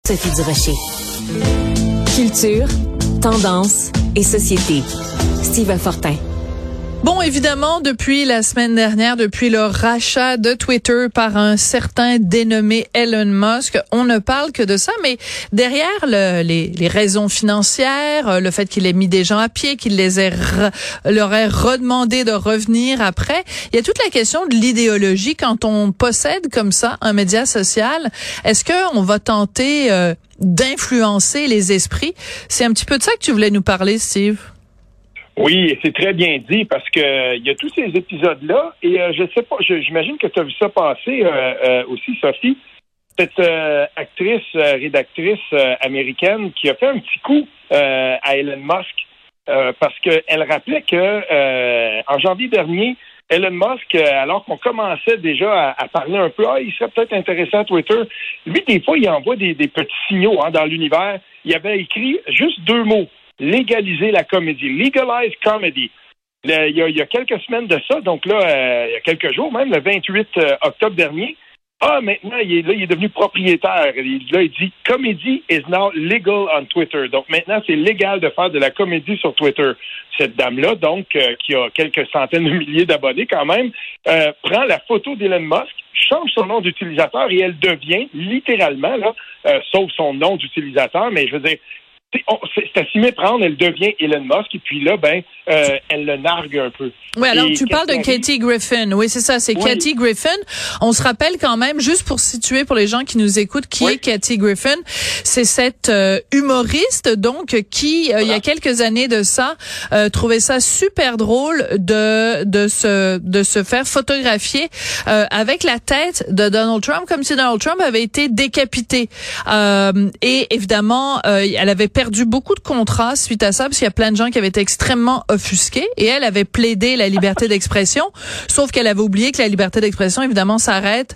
Sophie Durocher. Culture, tendance et société. Steve Fortin. Bon, évidemment, depuis la semaine dernière, depuis le rachat de Twitter par un certain dénommé Elon Musk, on ne parle que de ça, mais derrière les raisons financières, le fait qu'il ait mis des gens à pied, qu'il leur ait redemandé de revenir après, il y a toute la question de l'idéologie. Quand on possède comme ça un média social, est-ce qu'on va tenter d'influencer les esprits? C'est un petit peu de ça que tu voulais nous parler, Steve. Oui, c'est très bien dit parce que il y a tous ces épisodes-là et je sais pas, j'imagine que tu as vu ça passer aussi, Sophie, cette actrice, rédactrice américaine qui a fait un petit coup à Elon Musk parce qu'elle rappelait que en janvier dernier, Elon Musk, alors qu'on commençait déjà à parler un peu, il serait peut-être intéressant à Twitter, lui, des fois, il envoie des petits signaux dans l'univers. Il avait écrit juste 2 mots. Légaliser la comédie. Legalize comedy. Il y a quelques semaines de ça, donc là, il y a quelques jours même, le 28 octobre dernier, maintenant, il est devenu propriétaire. Là, il dit « Comedy is now legal on Twitter ». Donc maintenant, c'est légal de faire de la comédie sur Twitter. Cette dame-là, donc, qui a quelques centaines de milliers d'abonnés quand même, prend la photo d'Elon Musk, change son nom d'utilisateur et elle devient littéralement, sauf son nom d'utilisateur, mais je veux dire, c'est à s'y méprendre, elle devient Elon Musk et puis là, elle le nargue un peu. Oui, alors tu parles de Kathy Griffin. Oui, c'est ça, c'est oui. Kathy Griffin. On se rappelle quand même, juste pour situer pour les gens qui nous écoutent, qui est Kathy Griffin. C'est cette humoriste, donc, qui, il y a quelques années de ça, trouvait ça super drôle de se faire photographier avec la tête de Donald Trump, comme si Donald Trump avait été décapité. Et évidemment, elle avait perdu beaucoup de contrats suite à ça, parce qu'il y a plein de gens qui avaient été extrêmement offusqués, et elle avait plaidé la liberté d'expression, sauf qu'elle avait oublié que la liberté d'expression, évidemment, s'arrête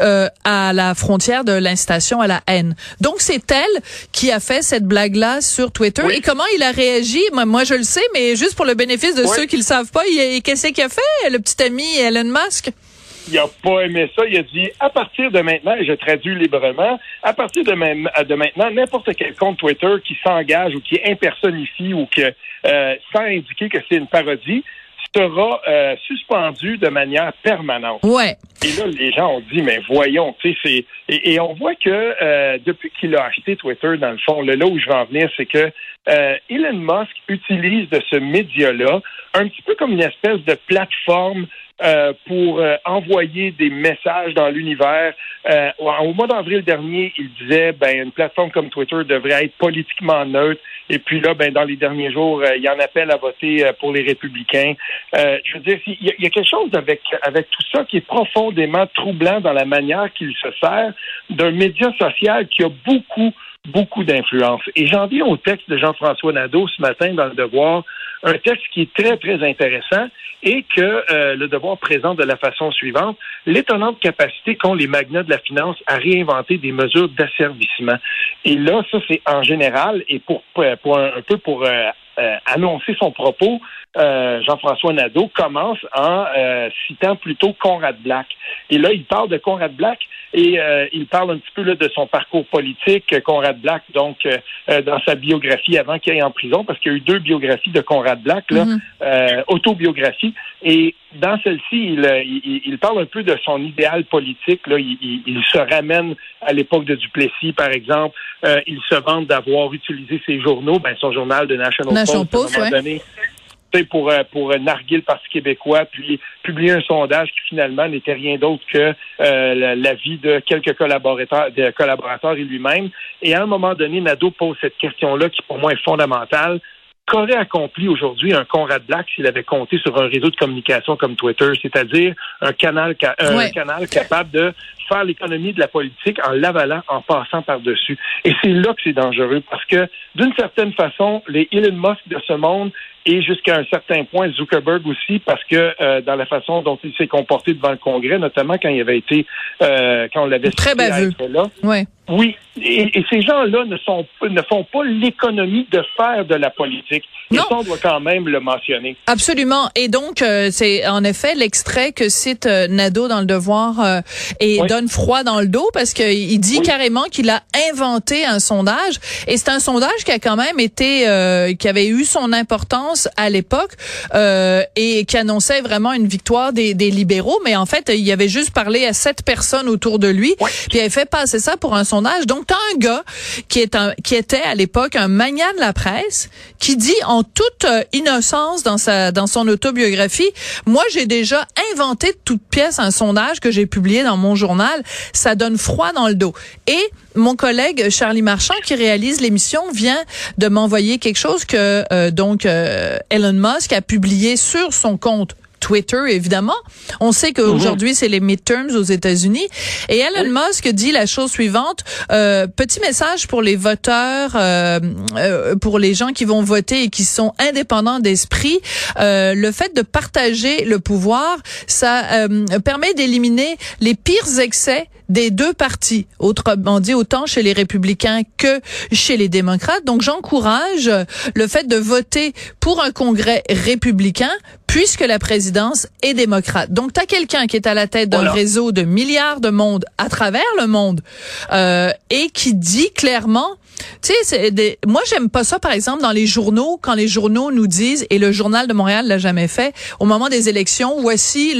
à la frontière de l'incitation à la haine. Donc, c'est elle qui a fait cette blague-là sur Twitter. Oui. Et comment il a réagi? Moi, je le sais, mais juste pour le bénéfice de ceux qui le savent pas, qu'est-ce qu'il a fait, le petit ami Elon Musk? Il a pas aimé ça. Il a dit, à partir de maintenant, et je traduis librement, à partir de maintenant, n'importe quel compte Twitter qui s'engage ou qui impersonnifie ou que sans indiquer que c'est une parodie, sera suspendu de manière permanente. Ouais. Et là, les gens ont dit, mais voyons, tu sais, et on voit que depuis qu'il a acheté Twitter, dans le fond, là où je veux en venir, c'est que Elon Musk utilise de ce média-là un petit peu comme une espèce de plateforme pour envoyer des messages dans l'univers. Au mois d'avril dernier, il disait une plateforme comme Twitter devrait être politiquement neutre. Et puis là, dans les derniers jours, il en appelle à voter pour les républicains. Je veux dire, il y a quelque chose avec tout ça qui est profondément troublant dans la manière qu'il se sert d'un média social qui a beaucoup d'influence. Et j'en viens au texte de Jean-François Nadeau ce matin dans Le Devoir, un texte qui est très, très intéressant et que Le Devoir présente de la façon suivante: l'étonnante capacité qu'ont les magnats de la finance à réinventer des mesures d'asservissement. Et là, ça, c'est en général, et pour annoncer son propos, Jean-François Nadeau commence en citant plutôt Conrad Black. Et là, il parle de Conrad Black et il parle un petit peu là, de son parcours politique. Conrad Black, donc, dans sa biographie avant qu'il aille en prison, parce qu'il y a eu 2 biographies de Conrad Black, là, autobiographie. Et dans celle-ci, il parle un peu de son idéal politique. Là, il se ramène à l'époque de Duplessis, par exemple. Il se vante d'avoir utilisé ses journaux, son journal de National Post, à un moment donné, pour narguer le Parti québécois, puis publier un sondage qui finalement n'était rien d'autre que l'avis de quelques collaborateurs et lui-même. Et à un moment donné, Nadeau pose cette question-là qui pour moi est fondamentale. Qu'aurait accompli aujourd'hui un Conrad Black s'il avait compté sur un réseau de communication comme Twitter, c'est-à-dire un canal capable de faire l'économie de la politique en l'avalant, en passant par-dessus. Et c'est là que c'est dangereux, parce que d'une certaine façon, les Elon Musk de ce monde et jusqu'à un certain point Zuckerberg aussi, parce que dans la façon dont il s'est comporté devant le Congrès, notamment quand il avait été, quand on l'avait très baveux. Là. Ouais. Oui, et ces gens-là ne font pas l'économie de faire de la politique. Et ça, on doit quand même le mentionner. Absolument. Et donc, c'est en effet l'extrait que cite Nadeau dans Le Devoir et donne froid dans le dos parce qu'il dit carrément qu'il a inventé un sondage. Et c'est un sondage qui a quand même été, qui avait eu son importance à l'époque et qui annonçait vraiment une victoire des libéraux. Mais en fait, il avait juste parlé à 7 personnes autour de lui. Puis il avait fait passer ça pour un sondage. Donc, t'as un gars qui était à l'époque un magnat de la presse qui dit en toute innocence dans son autobiographie, moi, j'ai déjà inventé de toute pièce un sondage que j'ai publié dans mon journal. Ça donne froid dans le dos. Et mon collègue Charlie Marchand, qui réalise l'émission, vient de m'envoyer quelque chose que Elon Musk a publié sur son compte Twitter, évidemment. On sait qu'aujourd'hui, c'est les midterms aux États-Unis. Et Elon Musk dit la chose suivante, petit message pour les voteurs, pour les gens qui vont voter et qui sont indépendants d'esprit. Le fait de partager le pouvoir, ça permet d'éliminer les pires excès des deux partis, autrement dit autant chez les républicains que chez les démocrates. Donc j'encourage le fait de voter pour un congrès républicain puisque la présidence est démocrate. Donc t'as quelqu'un qui est à la tête d'un réseau de milliards de monde à travers le monde et qui dit clairement, tu sais, moi j'aime pas ça par exemple dans les journaux quand les journaux nous disent, et le Journal de Montréal l'a jamais fait, au moment des élections, voici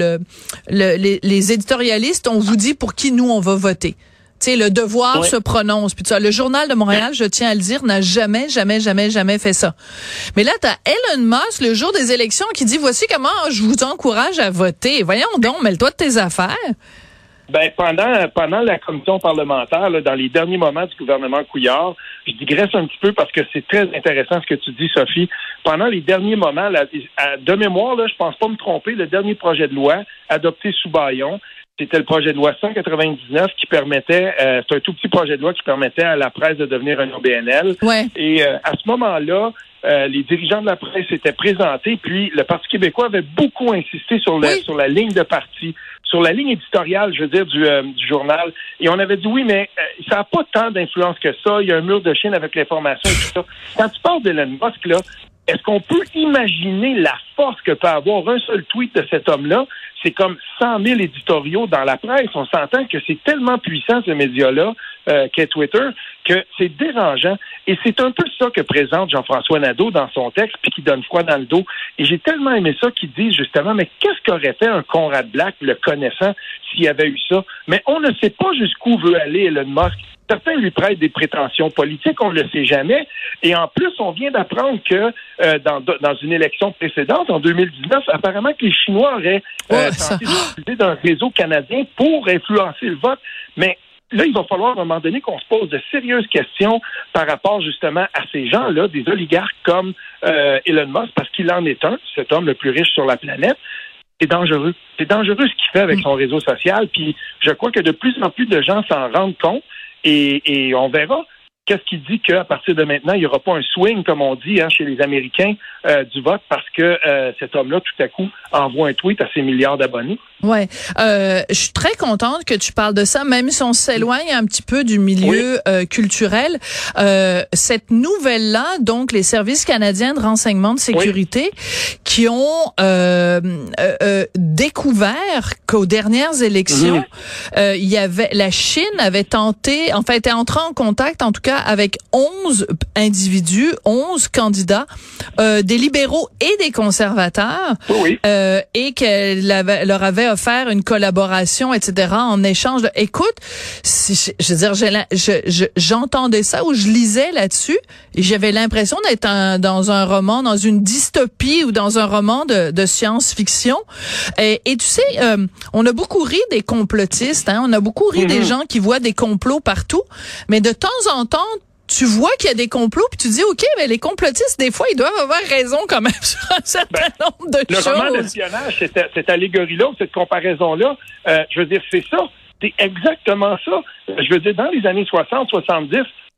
les éditorialistes, on vous dit pour qui nous on va voter. Tu sais, Le Devoir se prononce. Puis ça, le Journal de Montréal, je tiens à le dire, n'a jamais fait ça. Mais là, t'as Elon Musk, le jour des élections, qui dit, voici comment je vous encourage à voter. Voyons donc, mêle-toi de tes affaires. Ben, pendant la commission parlementaire, là, dans les derniers moments du gouvernement Couillard, je digresse un petit peu parce que c'est très intéressant ce que tu dis, Sophie. Pendant les derniers moments, de mémoire, là, je pense pas me tromper, le dernier projet de loi adopté sous bâillon, c'était le projet de loi 199 qui permettait, c'est un tout petit projet de loi qui permettait à la presse de devenir un OBNL. Ouais. Et à ce moment-là, les dirigeants de la presse s'étaient présentés, puis le Parti québécois avait beaucoup insisté sur la ligne de parti, sur la ligne éditoriale, je veux dire, du journal. Et on avait dit oui, mais ça n'a pas tant d'influence que ça. Il y a un mur de Chine avec l'information et tout ça. Quand tu parles d'Elon Musk, là, est-ce qu'on peut imaginer la force que peut avoir un seul tweet de cet homme-là? C'est comme 100 000 éditoriaux dans la presse. On s'entend que c'est tellement puissant, ce média-là, qu'est Twitter, que c'est dérangeant. Et c'est un peu ça que présente Jean-François Nadeau dans son texte, puis qui donne froid dans le dos. Et j'ai tellement aimé ça qu'il dit justement, mais qu'est-ce qu'aurait fait un Conrad Black, le connaissant, s'il y avait eu ça? Mais on ne sait pas jusqu'où veut aller Elon Musk. Certains lui prêtent des prétentions politiques, on ne le sait jamais. Et en plus, on vient d'apprendre que dans une élection précédente, en 2019, apparemment que les Chinois auraient tenté d'utiliser d'un réseau canadien pour influencer le vote. Mais là, il va falloir à un moment donné qu'on se pose de sérieuses questions par rapport justement à ces gens-là, des oligarques comme Elon Musk, parce qu'il en est un, cet homme le plus riche sur la planète. C'est dangereux. C'est dangereux ce qu'il fait avec son réseau social. Puis je crois que de plus en plus de gens s'en rendent compte. Et on verra qu'est-ce qui dit qu'à partir de maintenant, il n'y aura pas un swing, comme on dit, chez les Américains du vote, parce que cet homme-là, tout à coup, envoie un tweet à ses milliards d'abonnés. Ouais, je suis très contente que tu parles de ça, même si on s'éloigne un petit peu du milieu culturel. Cette nouvelle-là, donc les services canadiens de renseignement de sécurité, qui ont découvert qu'aux dernières élections, il y avait la Chine avait tenté, en fait, était entrée en contact, en tout cas, avec 11 individus, 11 candidats, des libéraux et des conservateurs, et qu'elle leur avait offert une collaboration, etc., en échange de... Écoute, je veux dire, j'entendais ça ou je lisais là-dessus et j'avais l'impression d'être dans un roman, dans une dystopie ou dans un roman de science-fiction. Et tu sais, on a beaucoup ri des complotistes, on a beaucoup ri des gens qui voient des complots partout, mais de temps en temps, tu vois qu'il y a des complots, puis tu dis, OK, mais les complotistes, des fois, ils doivent avoir raison quand même sur un certain nombre de choses. Le roman d'espionnage, cette allégorie-là, cette comparaison-là, je veux dire, c'est ça. C'est exactement ça. Je veux dire, dans les années 60, 70,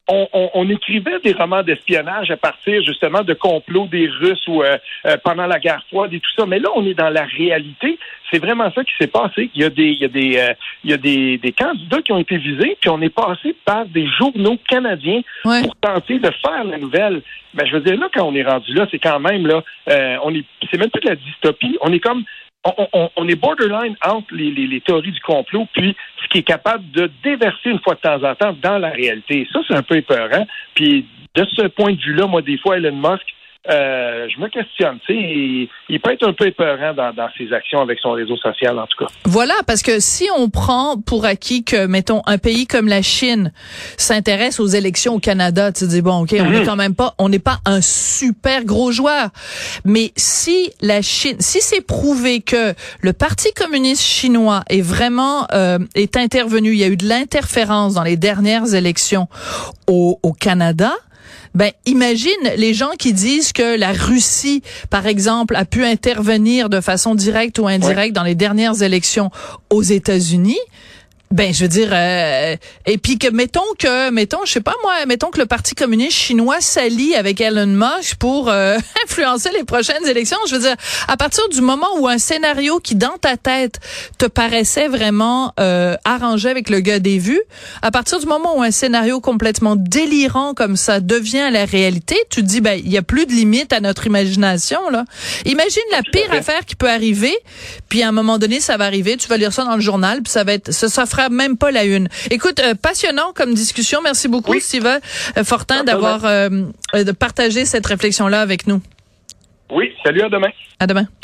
on écrivait des romans d'espionnage à partir justement de complots des Russes ou pendant la guerre froide et tout ça. Mais là, on est dans la réalité. C'est vraiment ça qui s'est passé. Il y a des candidats qui ont été visés, puis on est passé par des journaux canadiens pour tenter de faire la nouvelle. Ben, je veux dire, là, quand on est rendu là, c'est quand même là, c'est même plus de la dystopie. On est comme on est borderline entre les théories du complot puis ce qui est capable de déverser une fois de temps en temps dans la réalité. Ça, c'est un peu épeurant. Puis de ce point de vue-là, moi, des fois, Elon Musk, je me questionne. Tu sais, il peut être un peu épeurant dans ses actions avec son réseau social, en tout cas. Voilà, parce que si on prend pour acquis que, mettons, un pays comme la Chine s'intéresse aux élections au Canada, tu te dis, bon, OK, on n'est pas un super gros joueur. Mais si la Chine, si c'est prouvé que le Parti communiste chinois est vraiment, est intervenu, il y a eu de l'interférence dans les dernières élections au Canada, ben, imagine les gens qui disent que la Russie, par exemple, a pu intervenir de façon directe ou indirecte dans les dernières élections aux États-Unis. Ben, je veux dire, et puis que mettons, je sais pas moi, mettons que le Parti communiste chinois s'allie avec Elon Musk pour influencer les prochaines élections. Je veux dire, à partir du moment où un scénario qui dans ta tête te paraissait vraiment arrangé avec le gars des vues, à partir du moment où un scénario complètement délirant comme ça devient la réalité, tu te dis ben il y a plus de limite à notre imagination là. Imagine la pire affaire qui peut arriver, puis à un moment donné ça va arriver, tu vas lire ça dans le journal, puis ça fera même pas la une. Écoute, passionnant comme discussion. Merci beaucoup, Stephen Fortin, d'avoir partagé cette réflexion-là avec nous. Oui, salut, à demain. À demain.